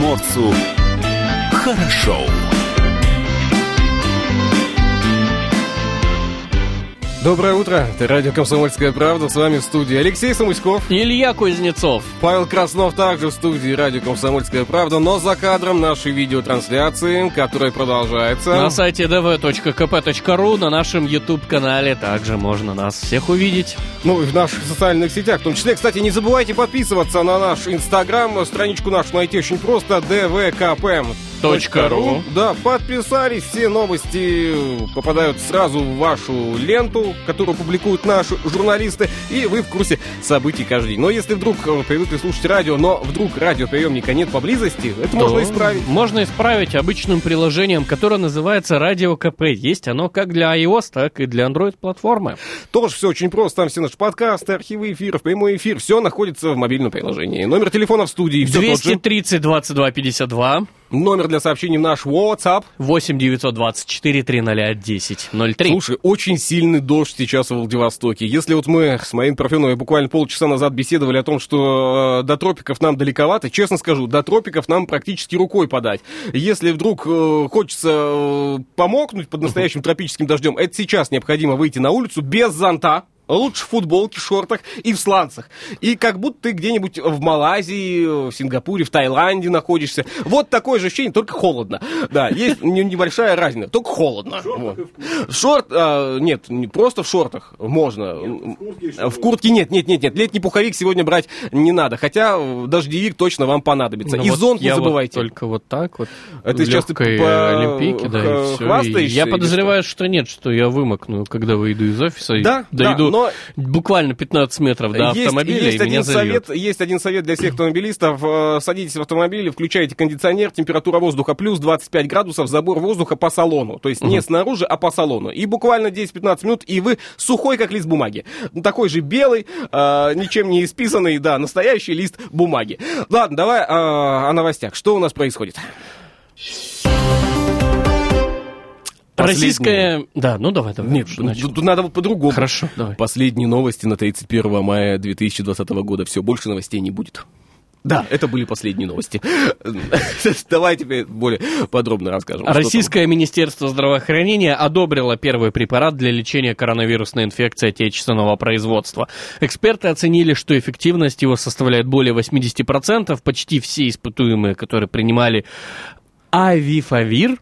комсомольцу хорошо. Доброе утро, это радио «Комсомольская правда», с вами в студии Алексей Самуськов, Илья Кузнецов, Павел Краснов также в студии радио «Комсомольская правда», но за кадром нашей видеотрансляции, которая продолжается. На сайте dv.kp.ru, на нашем YouTube-канале также можно нас всех увидеть. Ну и в наших социальных сетях в том числе. Кстати, не забывайте подписываться на наш Инстаграм, страничку нашу найти очень просто, dvkp.ru. Да, подписались, все новости попадают сразу в вашу ленту, которую публикуют наши журналисты, и вы в курсе событий каждый день. Но если вдруг привыкли слушать радио, но вдруг радиоприемника нет поблизости, это можно исправить. Можно исправить обычным приложением, которое называется Радио КП. Есть оно как для iOS, так и для Android-платформы. Тоже все очень просто, там все наши подкасты, архивы эфиров, прямой эфир, все находится в мобильном приложении. Номер телефона в студии все 230 22 52. Номер для сообщений в наш WhatsApp 8 924 300 10 03. Слушай, очень сильный дождь сейчас в Владивостоке. Если вот мы с моим Парфеновой буквально полчаса назад беседовали о том, что до тропиков нам далековато, честно скажу, до тропиков нам практически рукой подать. Если вдруг хочется помокнуть под настоящим тропическим дождем, это сейчас необходимо выйти на улицу без зонта. Лучше в футболке, в шортах и в сланцах. И как будто ты где-нибудь в Малайзии, в Сингапуре, в Таиланде находишься. Вот такое же ощущение, только холодно. Да, есть небольшая разница, только холодно. Нет, просто в шортах можно. В куртке нет. Летний пуховик сегодня брать не надо. Хотя дождевик точно вам понадобится. И зонт не забывайте. Только вот так вот. Это сейчас ты по Олимпийке, да, и все. Хвастаешься? Я подозреваю, что нет, что я вымокну, когда выйду из офиса. Да, дойду буквально 15 метров до автомобиля, и меня зальет. Есть один совет для всех автомобилистов. Садитесь в автомобиль, включайте кондиционер, температура воздуха плюс 25 градусов, забор воздуха по салону. То есть не снаружи, а по салону. И буквально 10-15 минут, и вы сухой, как лист бумаги. Такой же белый, ничем не исписанный, да, настоящий лист бумаги. Ладно, давай о новостях. Что у нас происходит? Российская... Да, ну давай. Нет, тут надо вот по-другому. Хорошо, давай. Последние новости на 31 мая 2020 года. Все, больше новостей не будет. Да, это были последние новости. Давай теперь более подробно расскажем. Российское Министерство здравоохранения одобрило первый препарат для лечения коронавирусной инфекции отечественного производства. Эксперты оценили, что эффективность его составляет более 80%. Почти все испытуемые, которые принимали Авифавир.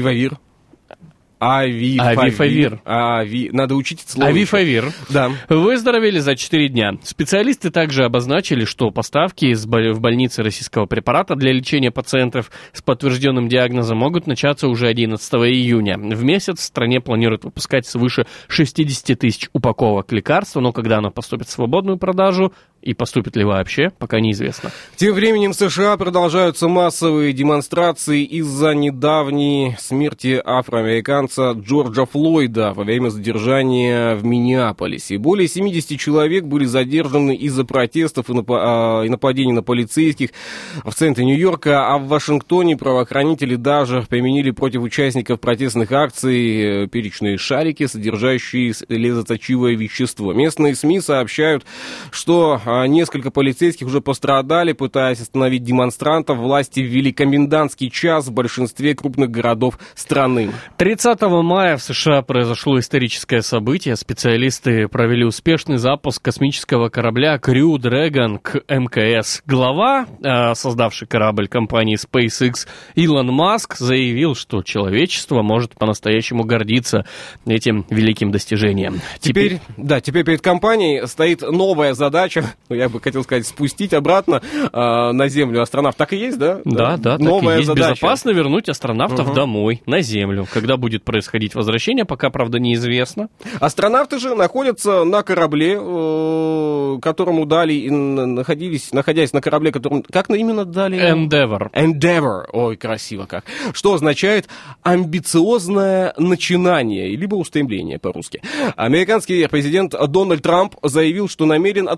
Надо учить это слово. Авифавир. Да. Выздоровели за 4 дня. Специалисты также обозначили, что поставки в больнице российского препарата для лечения пациентов с подтвержденным диагнозом могут начаться уже 11 июня. В месяц в стране планируют выпускать свыше 60 тысяч упаковок лекарства, но когда оно поступит в свободную продажу, и поступит ли вообще, пока неизвестно. Тем временем в США продолжаются массовые демонстрации из-за недавней смерти афроамериканца Джорджа Флойда во время задержания в Миннеаполисе. Более 70 человек были задержаны из-за протестов и нападений на полицейских в центре Нью-Йорка, а в Вашингтоне правоохранители даже применили против участников протестных акций перечные шарики, содержащие слезоточивое вещество. Местные СМИ сообщают, что несколько полицейских уже пострадали, пытаясь остановить демонстрантов. Власти ввели комендантский час в большинстве крупных городов страны. 30 мая в США произошло историческое событие. Специалисты провели успешный запуск космического корабля Crew Dragon к МКС. Глава, создавший корабль компании SpaceX, Илон Маск, заявил, что человечество может по-настоящему гордиться этим великим достижением. Теперь перед компанией стоит новая задача, я бы хотел сказать, спустить обратно на Землю астронавтов. Так и есть, да? Да, новая так и есть. задача. Безопасно вернуть астронавтов домой, на Землю. Когда будет происходить возвращение, пока, правда, неизвестно. Астронавты же находятся на корабле, которому дали, находясь на корабле, которому... Как именно дали? Endeavour. Ой, красиво как. Что означает амбициозное начинание, либо устремление по-русски. Американский президент Дональд Трамп заявил, что намерен отложить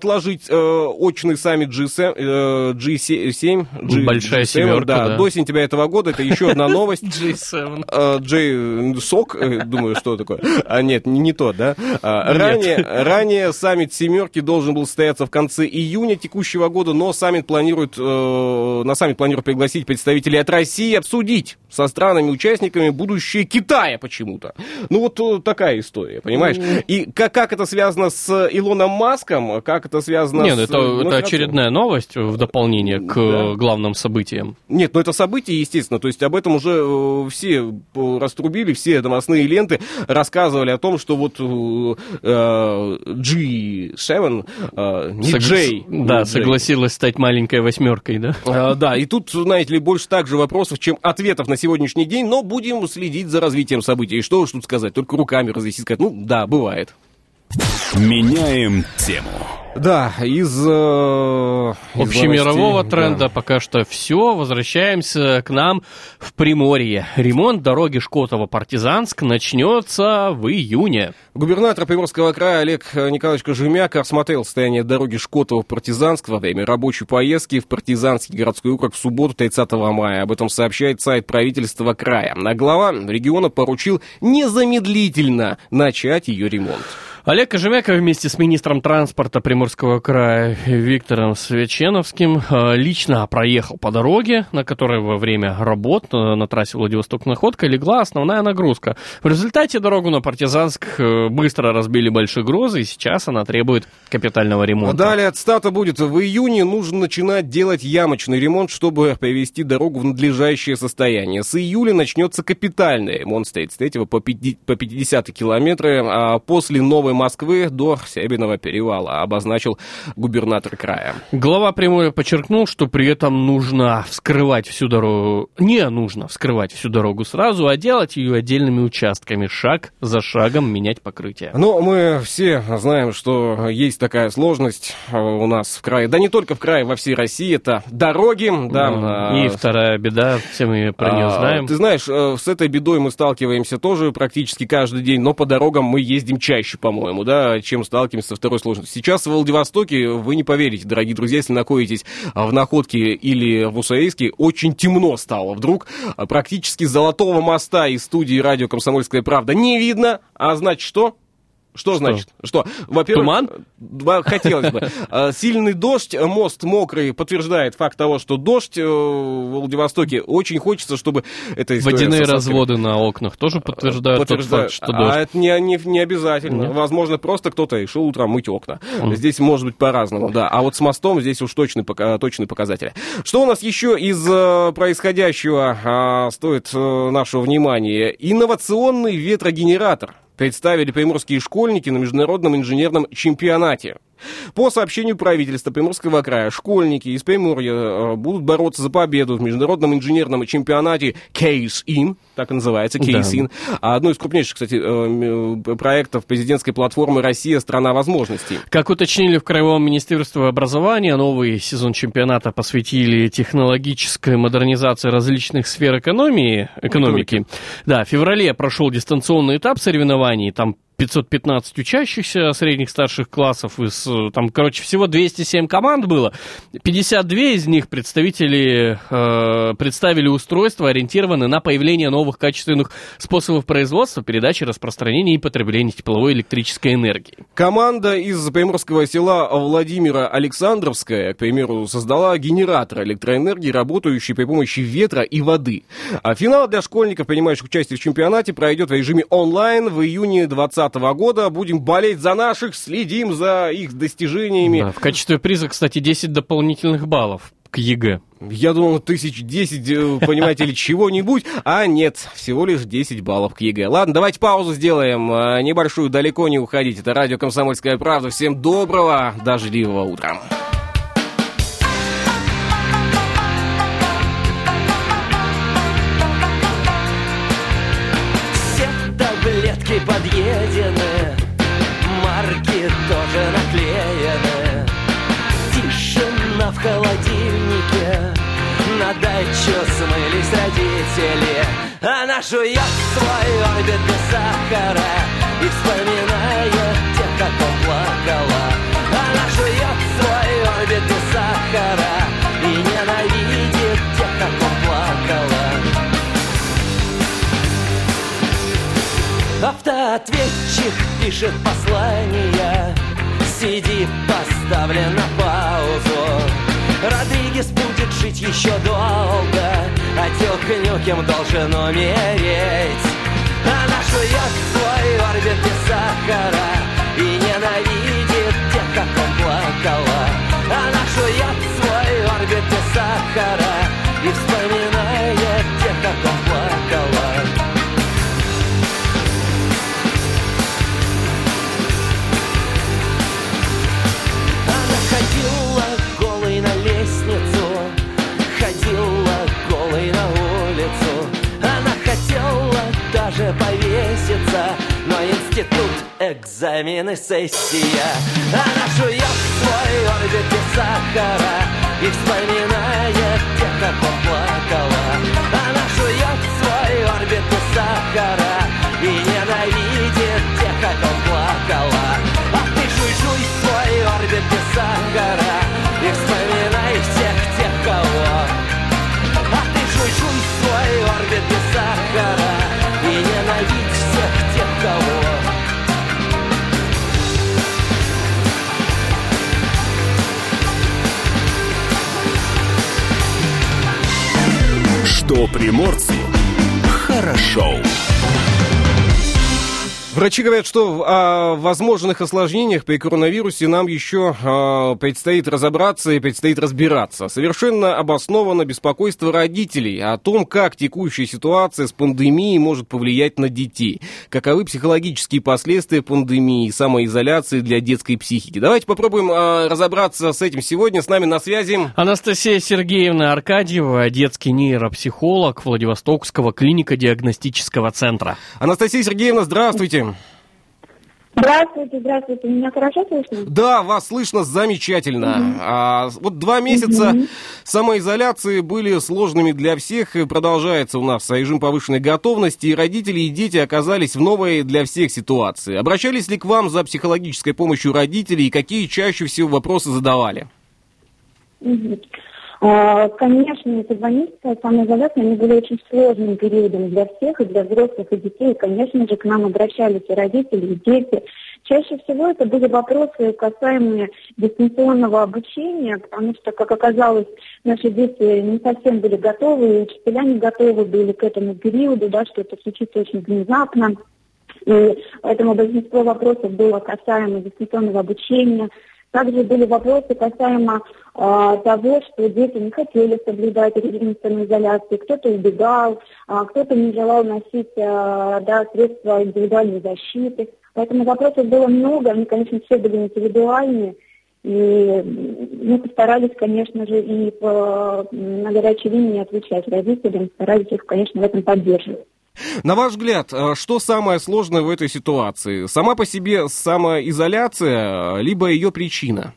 очный саммит G7. Большая G7, семерка, да. До сентября этого года. Это еще одна новость. G7. Сок, думаю, что такое. Нет, не то, да? Ранее саммит семерки должен был состояться в конце июня текущего года, но на саммит планируют пригласить представителей от России обсудить со странами-участниками будущее Китая почему-то. Ну вот такая история, понимаешь? И как это связано с Илоном Маском, как это связано Нет, это очередная новость в дополнение к главным событиям. Нет, это событие, естественно, то есть об этом уже все раструбили, все новостные ленты рассказывали о том, что вот G7, не J. Да, согласилась стать маленькой восьмеркой, да? Да, и тут, знаете ли, больше также вопросов, чем ответов на сегодняшний день, но будем следить за развитием событий. И что уж тут сказать, только руками развести, сказать, ну да, бывает. Меняем тему. Да, из общемирового новостей, тренда да. пока что все. Возвращаемся к нам в Приморье. Ремонт дороги Шкотово-Партизанск начнется в июне. Губернатор Приморского края Олег Николаевич Кожемяк осмотрел состояние дороги Шкотово-Партизанск во время рабочей поездки в Партизанский городской округ в субботу 30 мая. Об этом сообщает сайт правительства края. А глава региона поручил незамедлительно начать ее ремонт. Олег Кожемяк вместе с министром транспорта Приморского края Виктором Свяченовским лично проехал по дороге, на которой во время работ на трассе Владивосток-Находка легла основная нагрузка. В результате дорогу на Партизанск быстро разбили большегрузы, и сейчас она требует капитального ремонта. Далее отстата будет. В июне нужно начинать делать ямочный ремонт, чтобы привести дорогу в надлежащее состояние. С июля начнется капитальный ремонт с 33 по 50 километры, а после Новой Москвы до Серебряного перевала, обозначил губернатор края. Глава Приморья подчеркнул, что при этом нужно вскрывать всю дорогу, не нужно вскрывать всю дорогу сразу, а делать ее отдельными участками, шаг за шагом менять покрытие. Но мы все знаем, что есть такая сложность у нас в крае, да не только в крае, во всей России, это дороги. Да, и вторая беда, все мы про нее знаем. Ты знаешь, с этой бедой мы сталкиваемся тоже практически каждый день, но по дорогам мы ездим чаще, по-моему, да, чем сталкиваемся со второй сложностью. Сейчас в Владивостоке, вы не поверите, дорогие друзья, если находитесь в Находке или в Уссурийске, очень темно стало. Вдруг практически Золотого моста из студии радио «Комсомольская правда» не видно, а значит что? Что значит? Что? Во-первых, туман? Хотелось бы. Сильный дождь, мост мокрый, подтверждает факт того, что дождь в Владивостоке. Очень хочется, чтобы эта история... Водяные разводы на окнах тоже подтверждают тот факт, что дождь. А это не обязательно. Нет. Возможно, просто кто-то решил утром мыть окна. Здесь может быть по-разному, да. А вот с мостом здесь уж точные показатели. Что у нас еще из происходящего стоит нашего внимания? Инновационный ветрогенератор представили приморские школьники на международном инженерном чемпионате. По сообщению правительства Приморского края, школьники из Приморья будут бороться за победу в международном инженерном чемпионате Case-In, так и называется, Case-In. Да. Одно из крупнейших, кстати, проектов президентской платформы «Россия – страна возможностей». Как уточнили в Краевом министерстве образования, новый сезон чемпионата посвятили технологической модернизации различных сфер экономики. Да, в феврале прошел дистанционный этап соревнований, там 515 учащихся средних старших классов, там, короче, всего 207 команд было, 52 из них представили устройства, ориентированные на появление новых качественных способов производства, передачи, распространения и потребления тепловой и электрической энергии. Команда из приморского села Владимира Александровская, к примеру, создала генератор электроэнергии, работающий при помощи ветра и воды. А финал для школьников, принимающих участие в чемпионате, пройдет в режиме онлайн в июне 2020 года. Будем болеть за наших, следим за их достижениями. Да, в качестве приза, кстати, 10 дополнительных баллов к ЕГЭ. Я думал, 1010, понимаете ли, чего-нибудь, а нет, всего лишь 10 баллов к ЕГЭ. Ладно, давайте паузу сделаем, небольшую, далеко не уходить. Это радио «Комсомольская правда». Всем доброго, дождливого утра. Подъедены, марки тоже наклеены. Тишина в холодильнике, на дачу смылись родители. Она жует свой орбит без сахара и вспоминает тех, как он плакала. Она жует свой Ответчик пишет послание, CD поставлен на паузу. Родригес будет жить еще долго, а Дюк Нюкем должен умереть. Она жует в свой орбите сахара и ненавидит тех, как он плакала. Она жует в свой орбите сахара и вспоминает тех, как он плакала. Она ходила голой на лестницу, ходила голой на улицу. Она хотела даже повеситься, но институт, экзамены, сессия. Она жует свой орбите сахара и вспоминает тех, как он плакала. Она жует свой орбите сахара и ненавидит тех, как он плакала. А ты жуй свой орбите сахара и вспоминай всех тех, кого. А ты жуй свой орбите сахара и ненавидь всех тех, кого. Что приморцу хорошо. Врачи говорят, что о возможных осложнениях при коронавирусе нам еще предстоит разобраться и предстоит разбираться. Совершенно обосновано беспокойство родителей о том, как текущая ситуация с пандемией может повлиять на детей. Каковы психологические последствия пандемии и самоизоляции для детской психики. Давайте попробуем разобраться с этим сегодня. С нами на связи Анастасия Сергеевна Аркадьева, детский нейропсихолог Владивостокского клинико-диагностического центра. Анастасия Сергеевна, здравствуйте. Здравствуйте, здравствуйте. Меня хорошо слышно? Да, вас слышно замечательно. Вот 2 месяца самоизоляции были сложными для всех. И продолжается у нас режим повышенной готовности. И родители, и дети оказались в новой для всех ситуации. Обращались ли к вам за психологической помощью родителей? И какие чаще всего вопросы задавали? Конечно, эти 2 месяца самоизоляции, они были очень сложным периодом для всех, и для взрослых, и детей. И, конечно же, к нам обращались и родители, и дети. Чаще всего это были вопросы, касаемые дистанционного обучения, потому что, как оказалось, наши дети не совсем были готовы, и учителя не готовы были к этому периоду, да, что это случится очень внезапно. И поэтому большинство вопросов было касаемо дистанционного обучения. Также были вопросы касаемо того, что дети не хотели соблюдать режим самоизоляции, кто-то убегал, кто-то не желал носить средства индивидуальной защиты. Поэтому вопросов было много, они, конечно, все были индивидуальные. И мы постарались, конечно же, и на горячей линии отвечать родителям, старались их, конечно, в этом поддерживать. На ваш взгляд, что самое сложное в этой ситуации? Сама по себе самоизоляция, либо ее причина?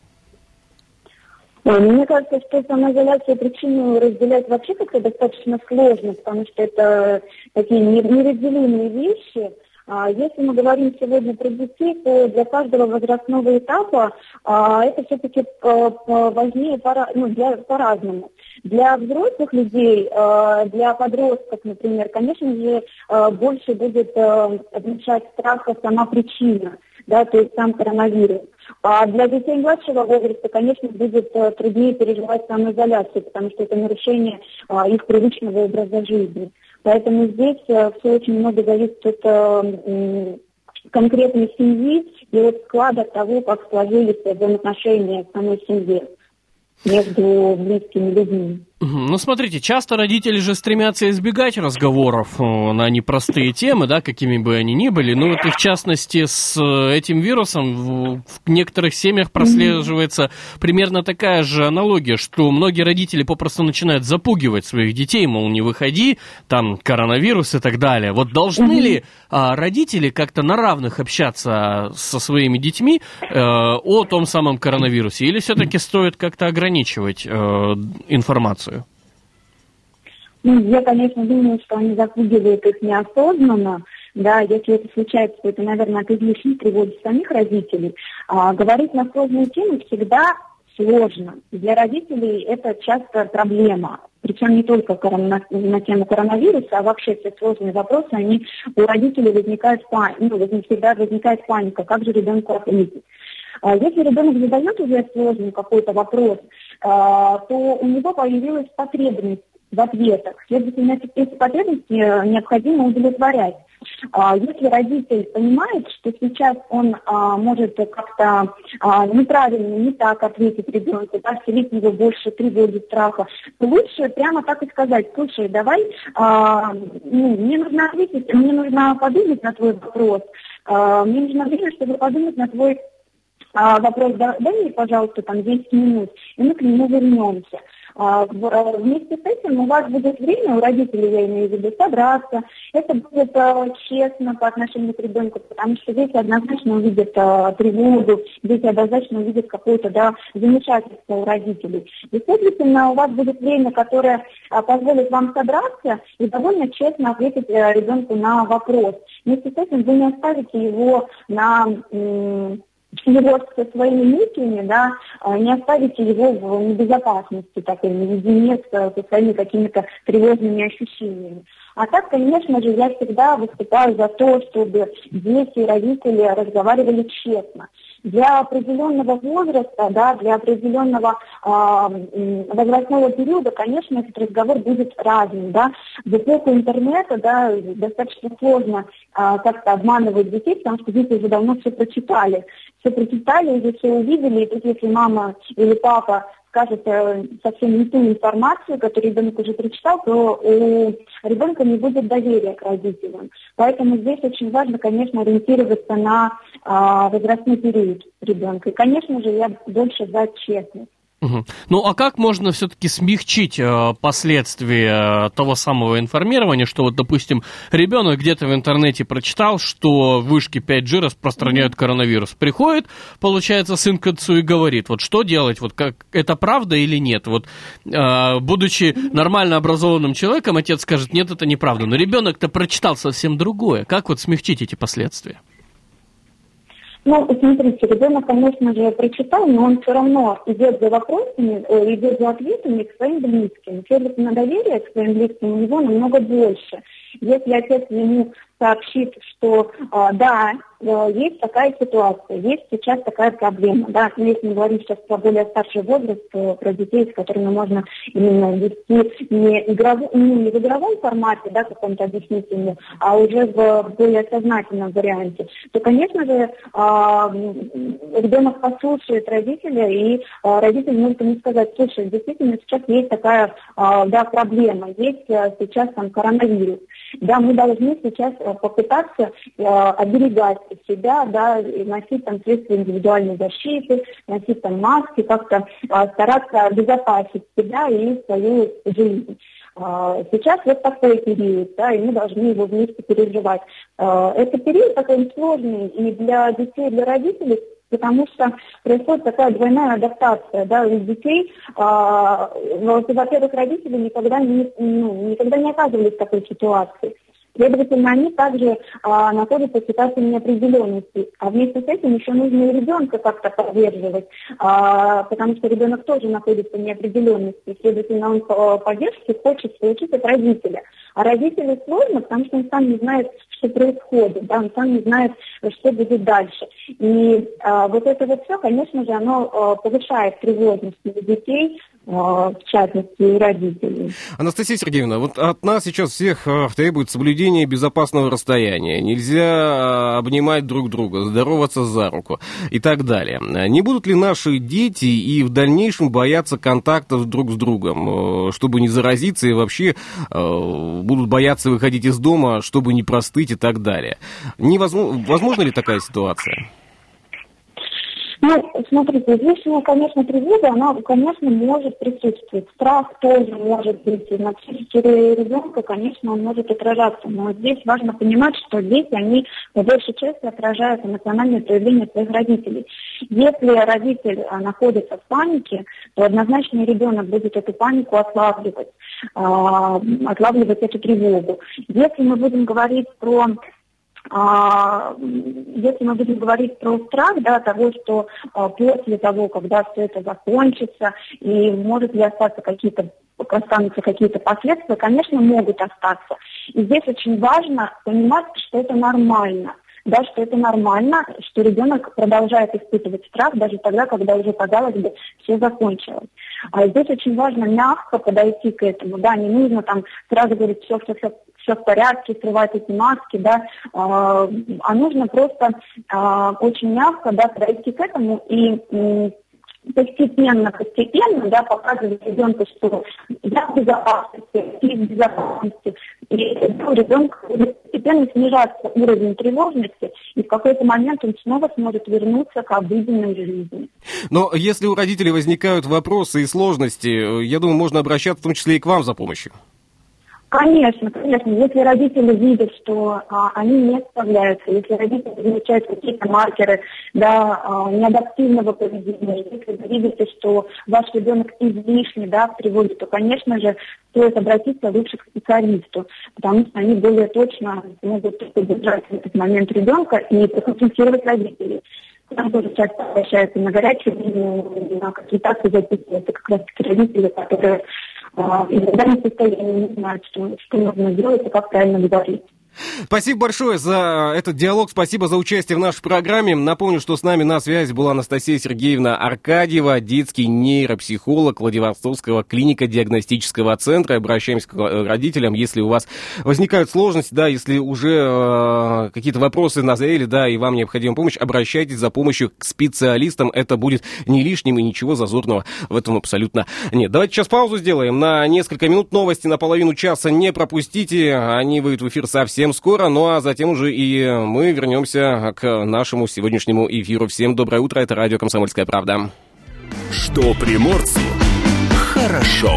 Мне кажется, что самоизоляция причину разделять вообще как-то достаточно сложно, потому что это такие неразделимые вещи. Если мы говорим сегодня про детей, то для каждого возрастного этапа это все-таки важнее по-разному. Для взрослых людей, для подростков, например, конечно же, больше будет внушать страха сама причина, да, то есть сам коронавирус. А для детей младшего возраста, конечно, будет труднее переживать самоизоляцию, потому что это нарушение их привычного образа жизни. Поэтому здесь все очень много зависит от конкретной семьи и от склада того, как сложились взаимоотношения в самой семье между близкими людьми. Ну, смотрите, часто родители же стремятся избегать разговоров на непростые темы, да, какими бы они ни были. Ну, вот и в частности с этим вирусом в некоторых семьях прослеживается примерно такая же аналогия, что многие родители попросту начинают запугивать своих детей, мол, не выходи, там коронавирус и так далее. Вот должны ли родители как-то на равных общаться со своими детьми о том самом коронавирусе? Или все-таки стоит как-то ограничивать информацию? Я, конечно, думаю, что они запугивают их неосознанно. Да, если это случается, то это, наверное, от излишней тревоги самих родителей. Говорить на сложные темы всегда сложно. Для родителей это часто проблема. причем не только на тему коронавируса, а вообще все сложные вопросы, они у родителей всегда возникает паника, как же ребенку ответить. Если ребенок задает уже сложный какой-то вопрос, то у него появилась потребность в ответах. Следовательно, эти потребности необходимо удовлетворять. Если родитель понимает, что сейчас он может как-то неправильно, не так ответить ребенку, вселить в него больше тревоги, страха, то лучше прямо так и сказать: слушай, давай, мне нужно ответить, мне нужно подумать на твой вопрос, мне нужно время, чтобы подумать на твой вопрос, дай мне, пожалуйста, 10 минут, и мы к нему вернемся. Вместе с этим у вас будет время, у родителей, я имею в виду, собраться. Это будет честно по отношению к ребенку, потому что дети однозначно увидят тревогу, дети однозначно увидят какое-то замешательство у родителей. И, следовательно, у вас будет время, которое позволит вам собраться и довольно честно ответить ребенку на вопрос. Вместе с этим вы не оставите его со своими мыслями, не оставите его в небезопасности, такой наедине со своими какими-то тревожными ощущениями. А так, конечно же, я всегда выступаю за то, чтобы дети и родители разговаривали честно. Для определенного возраста, для определенного возрастного периода, конечно, этот разговор будет разным. В эпоху интернета достаточно сложно как-то обманывать детей, потому что дети уже давно все прочитали, уже все увидели, и тут если мама или папа скажет совсем не ту информацию, которую ребенок уже прочитал, то у ребенка не будет доверия к родителям. Поэтому здесь очень важно, конечно, ориентироваться на возрастной период ребенка. И, конечно же, я больше за честность. Угу. Ну, а как можно все-таки смягчить последствия того самого информирования, что вот, допустим, ребенок где-то в интернете прочитал, что вышки 5G распространяют коронавирус. Приходит, получается, сын к отцу и говорит, вот что делать, вот как это правда или нет? Вот, будучи нормально образованным человеком, отец скажет, нет, это неправда. Но ребенок-то прочитал совсем другое. Как вот смягчить эти последствия? Смотрите, ребенок, конечно же, прочитал, но он все равно идет за вопросами, идет за ответами к своим близким. Следовательно, доверие к своим близким у него намного больше. Если отец ему сообщит, что есть такая ситуация, есть сейчас такая проблема. Если мы говорим сейчас про более старший возраст, про детей, с которыми можно именно вести не в игровом формате, каком-то объяснительном, а уже в более сознательном варианте, то, конечно же, ребенок послушает родителя, и родитель может ему сказать: слушай, действительно сейчас есть такая проблема, есть сейчас коронавирус. Мы должны сейчас попытаться оберегать себя, и носить средства индивидуальной защиты, носить маски, как-то стараться обезопасить себя и свою жизнь. Сейчас вот такой период, и мы должны его вместе переживать. Этот период такой сложный и для детей, и для родителей, потому что происходит такая двойная адаптация, у детей. Во-первых, родители никогда не оказывались в такой ситуации. Следовательно, они также находятся в ситуации неопределенности. А вместе с этим еще нужно и ребенка как-то поддерживать, потому что ребенок тоже находится в неопределенности. Следовательно, он по поддержке хочет получить от родителя. А родителю сложно, потому что он сам не знает, что происходит, он сам не знает, что будет дальше. И вот это вот все, конечно же, оно повышает тревожность у детей, в частности, и родителей. Анастасия Сергеевна, вот от нас сейчас всех требует соблюдение безопасного расстояния. Нельзя обнимать друг друга, здороваться за руку и так далее. Не будут ли наши дети и в дальнейшем бояться контактов друг с другом, чтобы не заразиться, и вообще будут бояться выходить из дома, чтобы не простыть и так далее? Возможна ли такая ситуация? Смотрите, здесь, конечно, тревога, она, конечно, может присутствовать. Страх тоже может быть. На психике ребенка, конечно, он может отражаться. Но здесь важно понимать, что дети, они по большей части отражают эмоциональные проявления своих родителей. Если родитель находится в панике, то однозначно ребенок будет эту панику отлавливать эту тревогу. Если мы будем говорить про если мы будем говорить про страх, да, того, что после того, когда все это закончится, и может ли останутся какие-то последствия, конечно, могут остаться. И здесь очень важно понимать, что это нормально. Да, что это нормально, что ребенок продолжает испытывать страх даже тогда, когда уже, казалось бы, все закончилось. А здесь очень важно мягко подойти к этому, да, не нужно там сразу говорить, все в порядке, срывать эти маски, да, а нужно просто очень мягко, да, подойти к этому и постепенно, да, показывать ребенку, что я в безопасности, ты в безопасности, и у ребенка будет постепенно снижаться уровень тревожности, и в какой-то момент он снова сможет вернуться к обыденной жизни. Но если у родителей возникают вопросы и сложности, я думаю, можно обращаться в том числе и к вам за помощью. Конечно. Если родители видят, что они не справляются, если родители замечают какие-то маркеры, да, неадаптивного поведения, если вы видите, что ваш ребенок излишне, да, в тревоге, то, конечно же, стоит обратиться лучше к специалисту, потому что они более точно могут поддержать в этот момент ребенка и проконсультировать родителей. Там тоже часто обращаются на горячую линию, на консультации записываются. Это как раз-таки родители, которые иногда не в состоянии, не знают, что нужно делать и как правильно говорить. Спасибо большое за этот диалог, спасибо за участие в нашей программе. Напомню, что с нами на связи была Анастасия Сергеевна Аркадьева, детский нейропсихолог Владивостокского клинико-диагностического центра. Обращаемся к родителям, если у вас возникают сложности, да, если уже какие-то вопросы назрели, да, и вам необходима помощь, обращайтесь за помощью к специалистам. Это будет не лишним и ничего зазорного в этом абсолютно нет. Давайте сейчас паузу сделаем на несколько минут. Новости на половину часа не пропустите, они выйдут в эфир совсем скоро, ну а затем уже и мы вернемся к нашему сегодняшнему эфиру. Всем доброе утро, это радио «Комсомольская правда». Что приморцу хорошо.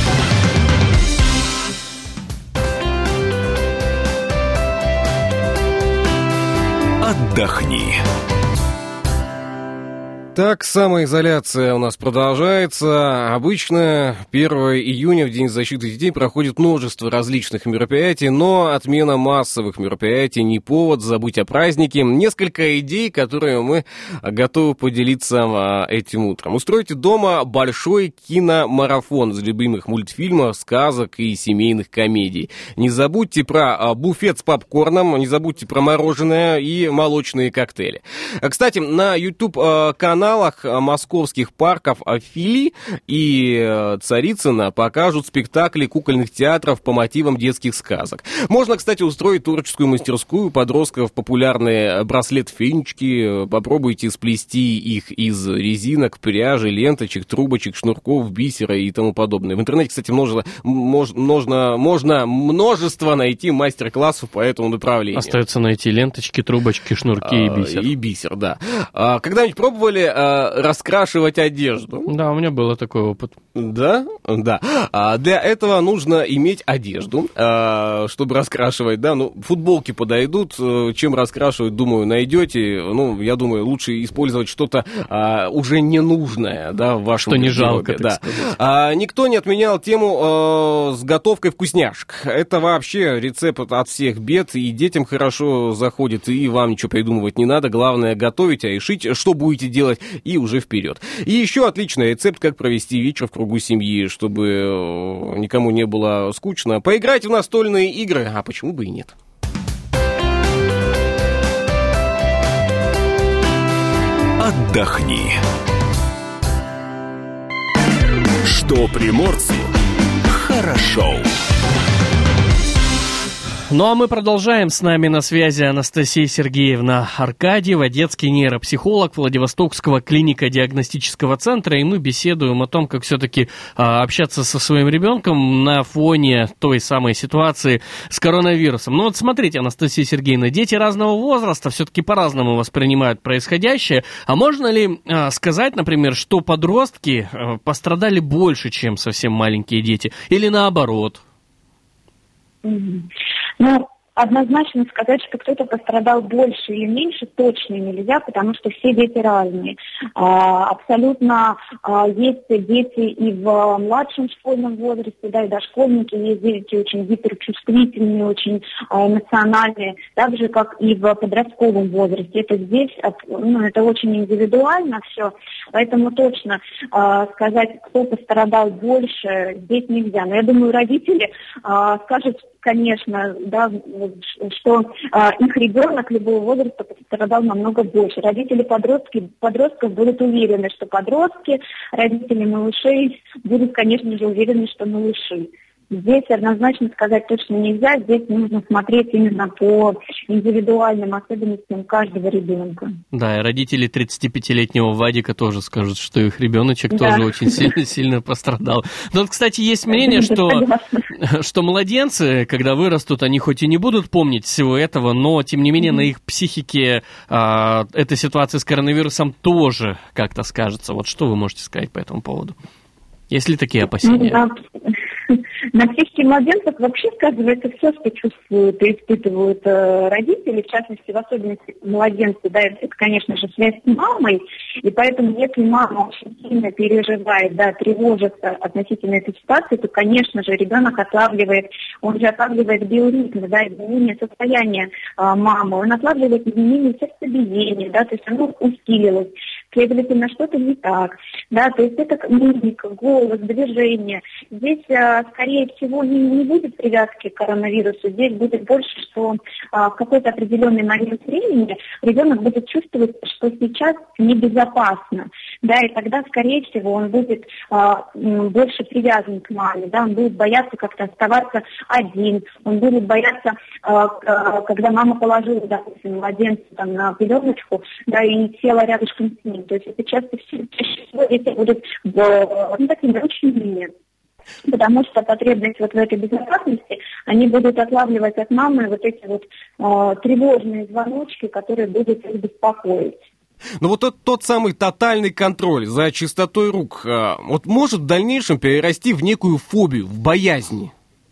Отдохни. Так, самоизоляция у нас продолжается. Обычно 1 июня, в День защиты детей, проходит множество различных мероприятий, но отмена массовых мероприятий не повод забыть о празднике. Несколько идей, которые мы готовы поделиться этим утром. Устройте дома большой киномарафон из любимых мультфильмов, сказок и семейных комедий. Не забудьте про буфет с попкорном, не забудьте про мороженое и молочные коктейли. Кстати, на YouTube-канале московских парков Фили и Царицына покажут спектакли кукольных театров по мотивам детских сказок. Можно, кстати, устроить творческую мастерскую подростков, популярные браслет-фенечки. Попробуйте сплести их из резинок, пряжи, ленточек, трубочек, шнурков, бисера и тому подобное. В интернете, кстати, можно множество найти мастер-классов по этому направлению. Остается найти ленточки, трубочки, шнурки и бисер. И бисер, да. Когда-нибудь пробовали раскрашивать одежду? Да, у меня был такой опыт. Да? Да. Для этого нужно иметь одежду, чтобы раскрашивать, да, ну, футболки подойдут, чем раскрашивать, думаю, найдете. Ну, я думаю, лучше использовать что-то уже ненужное, да, в вашем что не жалко, да. Сказать. Никто не отменял тему с готовкой вкусняшек. Это вообще рецепт от всех бед, и детям хорошо заходит, и вам ничего придумывать не надо. Главное готовить, а решить, что будете делать, и уже вперед. И еще отличный рецепт, как провести вечер в кругу семьи, чтобы никому не было скучно. Поиграть в настольные игры, а почему бы и нет? Отдохни. Что приморцу хорошо. Ну а мы продолжаем. С нами на связи Анастасия Сергеевна Аркадьева, детский нейропсихолог Владивостокского клинико-диагностического центра. И мы беседуем о том, как все-таки общаться со своим ребенком на фоне той самой ситуации с коронавирусом. Ну вот смотрите, Анастасия Сергеевна, дети разного возраста все-таки по-разному воспринимают происходящее. А можно ли сказать, например, что подростки пострадали больше, чем совсем маленькие дети? Или наоборот? Ну, Однозначно сказать, что кто-то пострадал больше или меньше, точно нельзя, потому что все дети разные. Абсолютно есть дети и в младшем школьном возрасте, да, и дошкольники, есть дети очень гиперчувствительные, очень эмоциональные, так же, как и в подростковом возрасте. Это здесь, это очень индивидуально все, поэтому точно сказать, кто пострадал больше, здесь нельзя. Но я думаю, родители скажут, конечно, да, что их ребенок любого возраста пострадал намного больше. Родители подростков будут уверены, что подростки, родители малышей будут, конечно же, уверены, что малыши. Здесь однозначно сказать точно нельзя, здесь нужно смотреть именно по индивидуальным особенностям каждого ребенка. Да, и родители 35-летнего Вадика тоже скажут, что их ребеночек тоже очень сильно пострадал. Но вот, кстати, есть мнение, что младенцы, когда вырастут, они хоть и не будут помнить всего этого, но, тем не менее, на их психике эта ситуация с коронавирусом тоже как-то скажется. Вот что вы можете сказать по этому поводу? Есть ли такие опасения? На психике младенцев вообще сказывается все, что чувствуют и испытывают родители, в частности, в особенности младенцы, да, это, конечно же, связь с мамой, и поэтому, если мама очень сильно переживает, да, тревожится относительно этой ситуации, то, конечно же, ребенок отлавливает биоритмы, да, изменение состояния мамы, он отлавливает изменение сердцебиения, да, то есть оно усилилось, следовательно, что-то не так, да, то есть это мимика, голос, движение. Здесь, скорее всего, не будет привязки к коронавирусу, здесь будет больше, что в какой-то определенный момент времени ребенок будет чувствовать, что сейчас небезопасно, да, и тогда, скорее всего, он будет больше привязан к маме, да, он будет бояться как-то оставаться один, он будет бояться, когда мама положила, допустим, младенца там на пеленочку, да, и села рядышком с ним. То есть это чаще всего дети будут такими ручными, потому что потребность вот в этой безопасности, они будут отлавливать от мамы вот эти вот тревожные звоночки, которые будут их беспокоить. Ну вот тот самый тотальный контроль за чистотой рук, вот может в дальнейшем перерасти в некую фобию, в боязнь?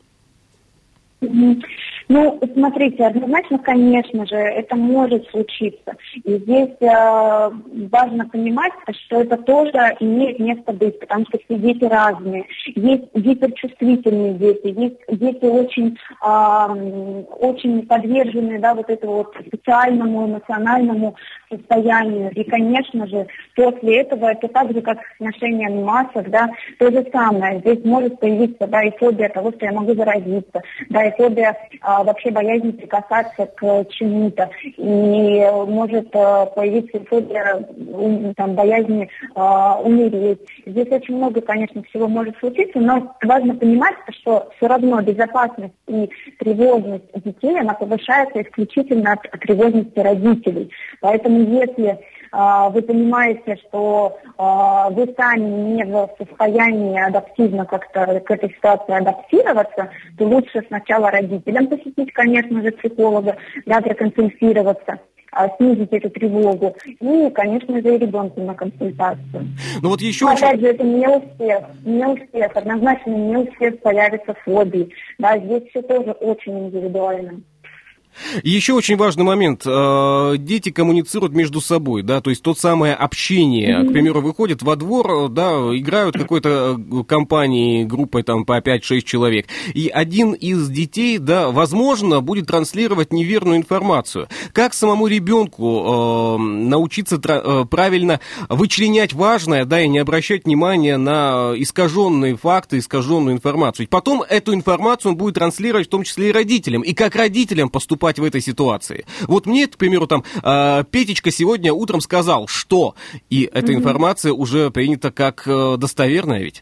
Ну, смотрите, однозначно, конечно же, это может случиться. И здесь важно понимать, что это тоже имеет место быть, потому что все дети разные. Есть гиперчувствительные дети, есть дети очень подвержены, да, вот этому вот специальному эмоциональному состоянию. И, конечно же, после этого это так же, как с ношением масок, да, то же самое. Здесь может появиться, да, и фобия того, что я могу заразиться, да, и фобия вообще боязнь прикасаться к чему-то. И может появиться фобия, там, боязни умереть. Здесь очень много, конечно, всего может случиться, но важно понимать, что все равно безопасность и тревожность детей, она повышается исключительно от тревожности родителей. Поэтому если вы понимаете, что вы сами не в состоянии адаптивно как-то к этой ситуации адаптироваться, то лучше сначала родителям посетить, конечно же, психолога, да, проконсультироваться, снизить эту тревогу, и, конечно же, и ребенку на консультацию. Ну вот еще опять же, это не у всех, однозначно не у всех появятся фобии, да, здесь все тоже очень индивидуально. И еще очень важный момент. Дети коммуницируют между собой, да, то есть то самое общение. К примеру, выходят во двор, да, играют какой-то компанией, группой там по 5-6 человек. И один из детей, да, возможно, будет транслировать неверную информацию. Как самому ребенку научиться правильно вычленять важное, да, и не обращать внимания на искаженные факты, искаженную информацию. И потом эту информацию он будет транслировать в том числе и родителям. И как родителям поступать в этой ситуации. Вот мне, к примеру, там, Петечка сегодня утром сказал, что, и эта информация уже принята как достоверная ведь?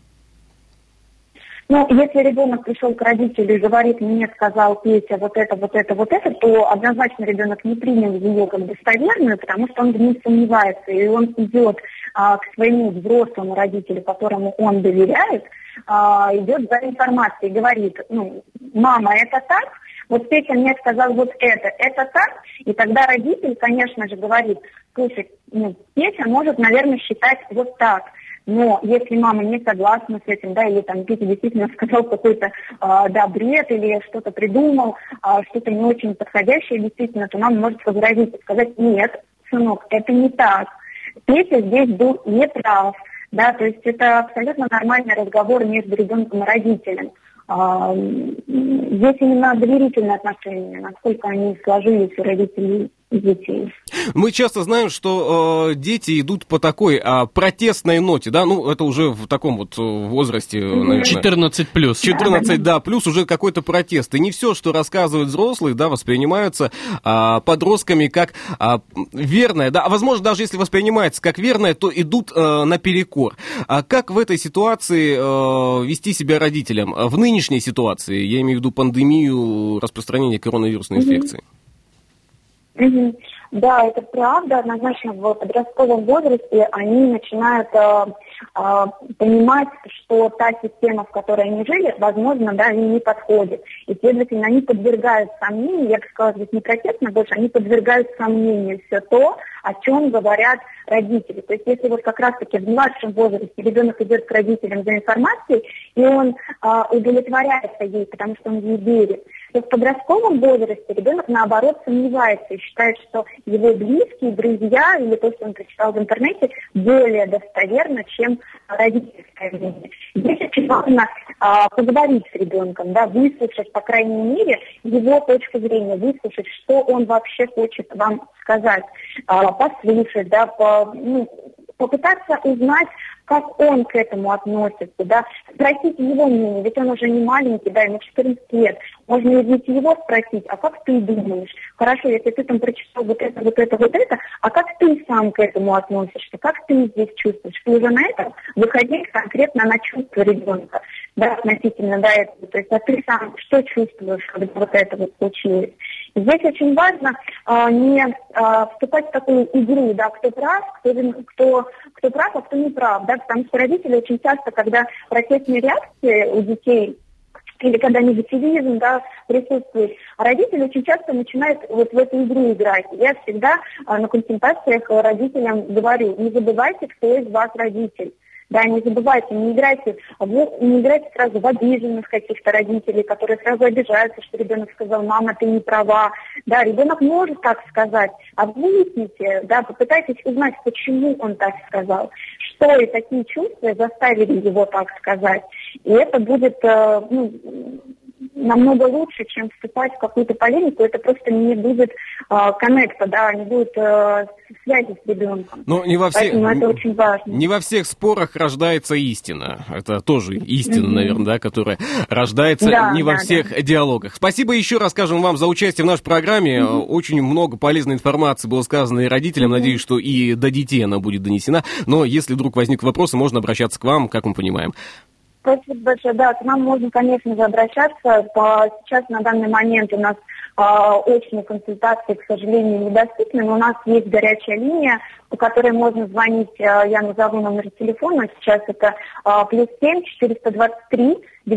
Ну, если ребенок пришел к родителю и говорит, мне сказал Петя вот это, то однозначно ребенок не принял ее как достоверную, потому что он в ней сомневается, и он идет к своему взрослому родителю, которому он доверяет, идет за информацией, говорит, ну, мама, это так? Вот Петя мне сказал вот это так, и тогда родитель, конечно же, говорит, слушай, ну, Петя может, наверное, считать вот так. Но если мама не согласна с этим, да, или там Петя действительно сказал какой-то, бред, или что-то придумал, что-то не очень подходящее действительно, то мама может возразить и сказать: нет, сынок, это не так. Петя здесь был неправ. Да, то есть это абсолютно нормальный разговор между ребенком и родителем. Здесь именно доверительные отношения, насколько они сложились у родителей и детей. Мы часто знаем, что дети идут по такой протестной ноте, да, ну, это уже в таком вот возрасте, наверное. 14 плюс. 14, да, плюс уже какой-то протест. И не все, что рассказывают взрослые, да, воспринимаются подростками как верное, да, а возможно, даже если воспринимается как верное, то идут наперекор. А как в этой ситуации вести себя родителям? В нынешней ситуации, я имею в виду пандемию распространения коронавирусной инфекции. Да, это правда. Однозначно в подростковом возрасте они начинают понимать, что та система, в которой они жили, возможно, да, им не подходит. И, следовательно, они подвергают сомнению, я бы сказала, здесь не протестно больше, они подвергают сомнению все то, о чем говорят родители. То есть если вот как раз-таки в младшем возрасте ребенок идет к родителям за информацией, и он удовлетворяется ей, потому что он ей верит, то в подростковом возрасте ребенок, наоборот, сомневается и считает, что его близкие, друзья или то, что он прочитал в интернете, более достоверно, чем родительское мнение. Здесь очень важно поговорить с ребенком, да, выслушать, по крайней мере, его точку зрения, выслушать, что он вообще хочет вам сказать, послушать, да, попытаться узнать, как он к этому относится, да, спросить его мнение, ведь он уже не маленький, да, ему 14 лет, можно ведь его спросить, а как ты думаешь? Хорошо, если ты там прочитал вот это, а как ты сам к этому относишься, как ты здесь чувствуешь? И уже на этом выходить конкретно на чувства ребенка, да, относительно, да, этого, то есть, а ты сам что чувствуешь, когда вот это вот случилось? И здесь очень важно не вступать в такую игру, да, кто прав, кто прав, а кто не прав, да, потому что родители очень часто, когда протестные реакции у детей или когда негативизм, да, присутствует, родители очень часто начинают вот в эту игру играть. Я всегда на консультациях родителям говорю: не забывайте, кто из вас родитель. Да, не забывайте, не играйте сразу в обиженных каких-то родителей, которые сразу обижаются, что ребенок сказал: мама, ты не права. Да, ребенок может так сказать, а выясните, да, попытайтесь узнать, почему он так сказал, что и какие чувства заставили его так сказать. И это будет, намного лучше, чем вступать в какую-то полемику. Это просто не будет коннекта, да, не будет связи с ребенком. Но Поэтому это очень важно. Не во всех спорах рождается истина. Это тоже истина, наверное, да, которая рождается не во всех диалогах. Спасибо еще раз, скажем, вам за участие в нашей программе. Очень много полезной информации было сказано и родителям. Надеюсь, что и до детей она будет донесена. Но если вдруг возникнут вопросы, можно обращаться к вам, как мы понимаем. Спасибо большое. Да, к нам можно, конечно же, обращаться. Сейчас на данный момент у нас очные консультации, к сожалению, недоступны, но у нас есть горячая линия, по которой можно звонить. Я назову номер телефона. Сейчас это +7 423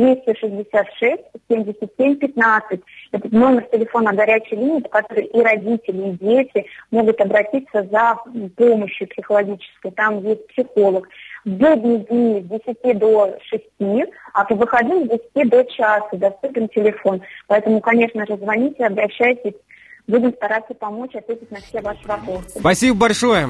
266 77 15. Это номер телефона горячей линии, по которой и родители, и дети могут обратиться за помощью психологической. Там есть психолог. В будние дни с 10 до 6, а по выходным с 10 до часа доступен телефон. Поэтому, конечно же, звоните, обращайтесь. Будем стараться помочь, ответить на все ваши вопросы. Спасибо большое.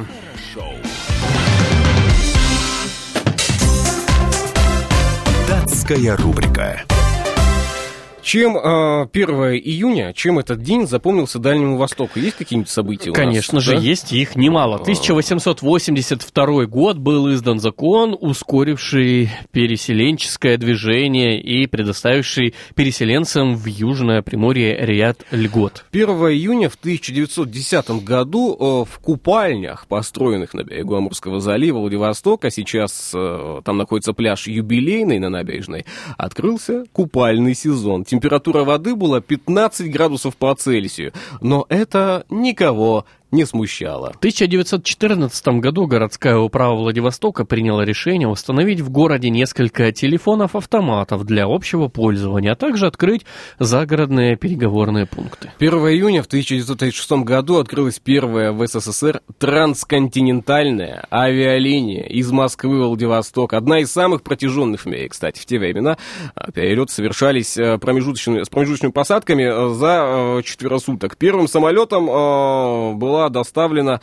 Датская рубрика. Чем 1 июня, чем этот день запомнился Дальнему Востоку? Есть какие-нибудь события у нас? Конечно же, есть, их немало. 1882 год был издан закон, ускоривший переселенческое движение и предоставивший переселенцам в Южное Приморье ряд льгот. 1 июня в 1910 году в купальнях, построенных на берегу Амурского залива Владивостока, сейчас там находится пляж Юбилейный на набережной, открылся купальный сезон. Температура воды была 15 градусов по Цельсию, но это никого не смущало. В 1914 году городская управа Владивостока приняла решение установить в городе несколько телефонов-автоматов для общего пользования, а также открыть загородные переговорные пункты. 1 июня в 1936 году открылась первая в СССР трансконтинентальная авиалиния из Москвы в Владивосток. Одна из самых протяженных в мире, кстати, в те времена. Перелеты совершались с промежуточными посадками за 4 суток. Первым самолетом была доставлена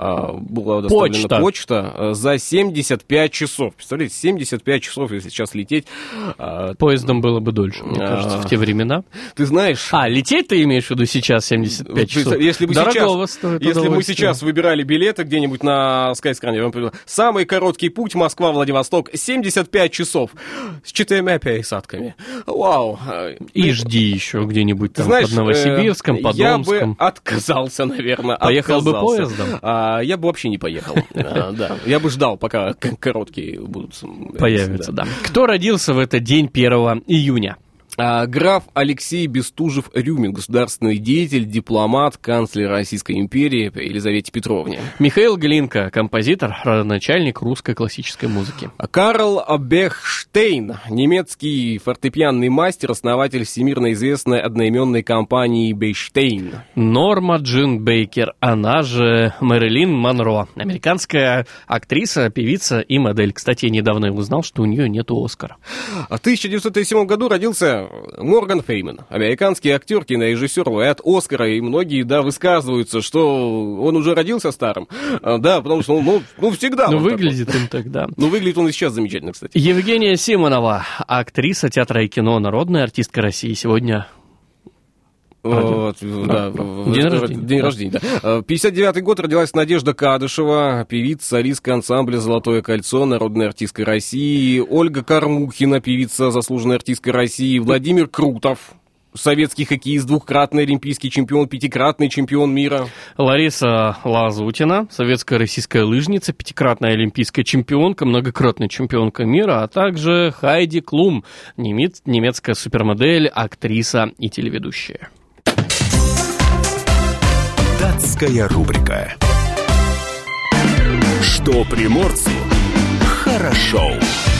почта за 75 часов. Представляете, 75 часов, если сейчас лететь. Поездом было бы дольше, мне кажется, в те времена. Ты знаешь... Лететь ты имеешь в виду сейчас 75 часов? Если бы мы сейчас выбирали билеты где-нибудь на Skyscanner, я вам приведу. Самый короткий путь Москва-Владивосток 75 часов с 4 пересадками. Вау. И жди еще где-нибудь там под Новосибирском, под Омском. Я бы отказался, наверное. Поехал бы поездом? Я бы вообще не поехал. Да. Я бы ждал, пока короткие будут. Появятся, да. Кто родился в этот день 1 июня? Граф Алексей Бестужев-Рюмин, государственный деятель, дипломат, канцлер Российской империи при Елизавете Петровне. Михаил Глинка, композитор, родоначальник русской классической музыки. Карл Бехштейн, немецкий фортепианный мастер, основатель всемирно известной одноименной компании Бехштейн. Норма Джин Бейкер, она же Мэрилин Монро, американская актриса, певица и модель. Кстати, я недавно узнал, что у нее нету Оскара. В 1937 году родился Морган Фриман, американский актер, кинорежиссер, лауреат Оскара, и многие, высказываются, что он уже родился старым, потому что, всегда. Выглядит он тогда. Выглядит он и сейчас замечательно, кстати. Евгения Симонова, актриса театра и кино, народная артистка России, сегодня... День рождения, да. 59-й год родилась Надежда Кадышева, певица, солистка ансамбля «Золотое кольцо», народная артистка России, Ольга Кормухина, певица, заслуженная артистка России, Владимир Крутов, советский хоккеист, двукратный олимпийский чемпион, 5-кратный чемпион мира. Лариса Лазутина, советская российская лыжница, 5-кратная олимпийская чемпионка, многократная чемпионка мира, а также Хайди Клум, немецкая супермодель, актриса и телеведущая. Датская рубрика. Что приморцу хорошо.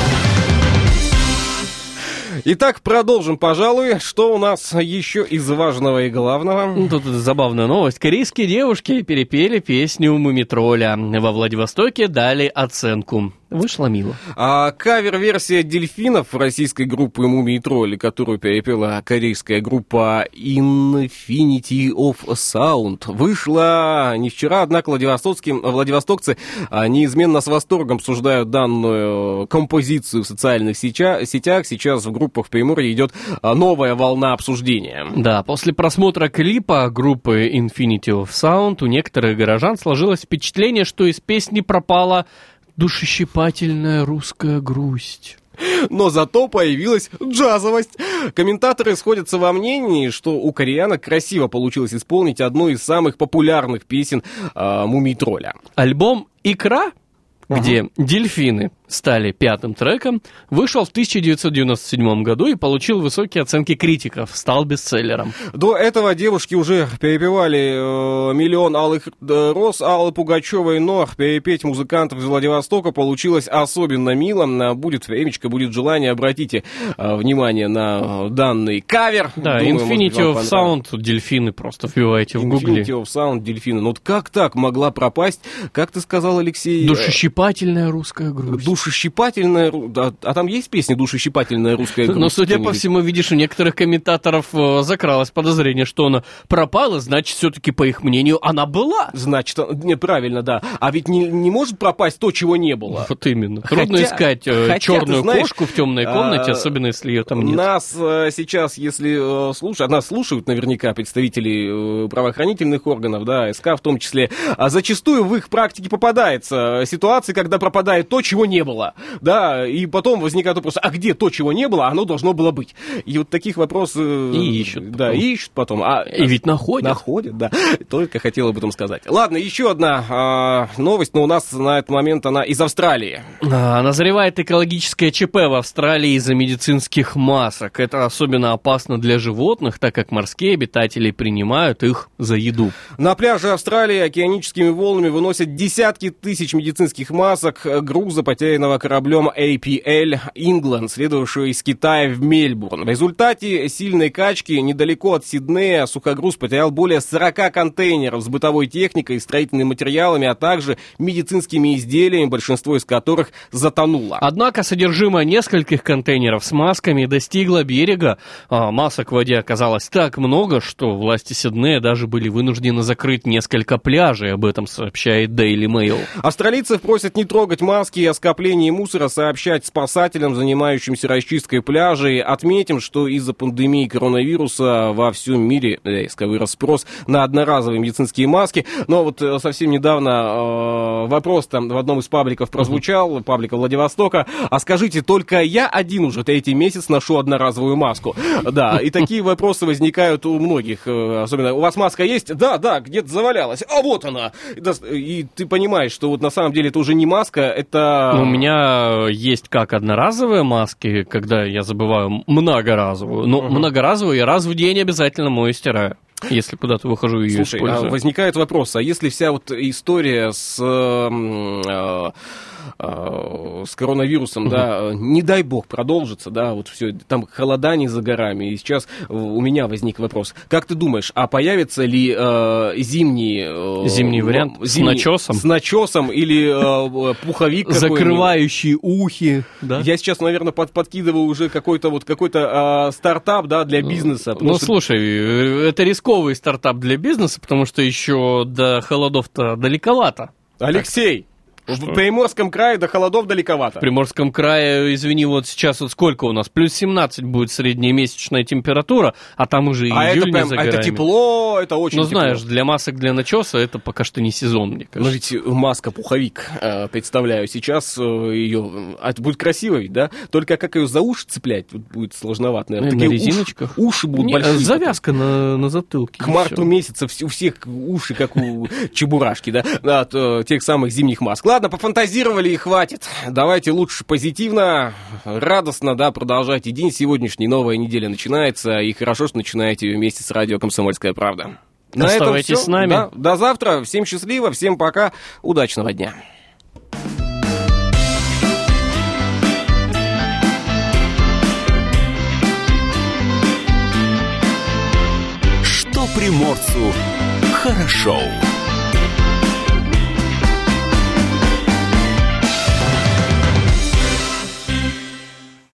Итак, продолжим, пожалуй. Что у нас еще из важного и главного? Тут забавная новость. Корейские девушки перепели песню «Мумитроля». Во Владивостоке дали оценку. Вышло мило. Кавер-версия «Дельфинов» российской группы «Мумий Тролли», которую перепела корейская группа Infinity of Sound, вышла не вчера, однако владивостокцы неизменно с восторгом обсуждают данную композицию в социальных сетях. Сейчас в группах в Приморье идет новая волна обсуждения. Да, после просмотра клипа группы Infinity of Sound у некоторых горожан сложилось впечатление, что из песни пропала душещипательная русская грусть. Но зато появилась джазовость. Комментаторы сходятся во мнении, что у кореянок красиво получилось исполнить одну из самых популярных песен «Мумий Тролля». Альбом «Икра», где дельфины стали 5-м треком, вышел в 1997 году и получил высокие оценки критиков, стал бестселлером. До этого девушки уже перепевали «Миллион алых роз» Аллы Пугачевой, но перепеть музыкантов из Владивостока получилось особенно мило. Будет времечко, будет желание, обратите внимание на данный кавер. Да, Infinity of Sound, дельфины просто вбивайте в гугле. Infinity of Sound, дельфины. Ну как так могла пропасть, как ты сказал, Алексей? Душещипательная русская грусть. Душещипательная, а там есть песня «Душещипательная русская грусть»? Но, судя по всему, видишь, у некоторых комментаторов закралось подозрение, что она пропала, значит, все-таки, по их мнению, она была. Значит, неправильно, да. А ведь не может пропасть то, чего не было. Вот именно. Трудно искать черную кошку в темной комнате, особенно если ее там нет. Нас сейчас, если слушают, нас слушают наверняка представители правоохранительных органов, да, СК в том числе, а зачастую в их практике попадается ситуация, когда пропадает то, чего не было. было, да, и потом возникает вопрос, а где то, чего не было, оно должно было быть. И вот таких вопросов... И ищут. Да, ищут потом. И ведь находят. Находят, да. Только хотел об этом сказать. Ладно, еще одна новость, но у нас на этот момент она из Австралии. Назревает экологическое ЧП в Австралии из-за медицинских масок. Это особенно опасно для животных, так как морские обитатели принимают их за еду. На пляже Австралии океаническими волнами выносят десятки тысяч медицинских масок груза, потерянного кораблем APL England, следовавшего из Китая в Мельбурн. В результате сильной качки недалеко от Сиднея сухогруз потерял более 40 контейнеров с бытовой техникой и строительными материалами, а также медицинскими изделиями, большинство из которых затонуло. Однако содержимое нескольких контейнеров с масками достигло берега. Масок в воде оказалось так много, что власти Сиднея даже были вынуждены закрыть несколько пляжей. Об этом сообщает Daily Mail. Австралийцев просят не трогать маски и о скоплении мусора сообщать спасателям, занимающимся расчисткой пляжей. Отметим, что из-за пандемии коронавируса во всем мире резко вырос спрос на одноразовые медицинские маски. Но вот совсем недавно вопрос там в одном из пабликов прозвучал, паблика Владивостока. А скажите, только я один уже третий месяц ношу одноразовую маску? Да, и такие вопросы возникают у многих. Особенно, у вас маска есть? Да, где-то завалялась. А вот она! И ты понимаешь, что вот на самом деле это уже не маска, это... У меня есть как одноразовые маски, когда я забываю многоразовую. Но многоразовую я раз в день обязательно мою и стираю. Если куда-то выхожу и ее использую. Слушай, возникает вопрос, а если вся вот история с коронавирусом, да, не дай бог продолжится, да, вот все, там холода не за горами, и сейчас у меня возник вопрос, как ты думаешь, а появится ли зимний вариант с начесом? С начесом или пуховик какой-нибудь? Закрывающий ухи, да? Я сейчас, наверное, подкидываю уже какой-то стартап, да, для бизнеса. Слушай, это рисковый стартап для бизнеса, потому что еще до холодов-то далековато. Алексей! В Приморском крае до холодов далековато. В Приморском крае, извини, вот сейчас вот сколько у нас? Плюс 17 будет средняя месячная температура, а там уже и июль не за горами. Это тепло, это очень тепло. Знаешь, для масок для начеса это пока что не сезон, мне кажется. Но ведь маска-пуховик, представляю, сейчас ее... Это будет красиво ведь, да? Только как ее за уши цеплять будет сложновато, наверное. На резиночках. Уши будут большие. Завязка на затылке. К марту месяца у всех уши, как у чебурашки, да? От тех самых зимних маск. Ладно, пофантазировали и хватит. Давайте лучше позитивно, радостно, да, продолжайте день. Сегодняшний, новая неделя начинается, и хорошо, что начинаете ее вместе с радио «Комсомольская правда». На Оставайтесь этом все. С нами. Да, до завтра. Всем счастливо, всем пока. Удачного дня. Что приморцу хорошо.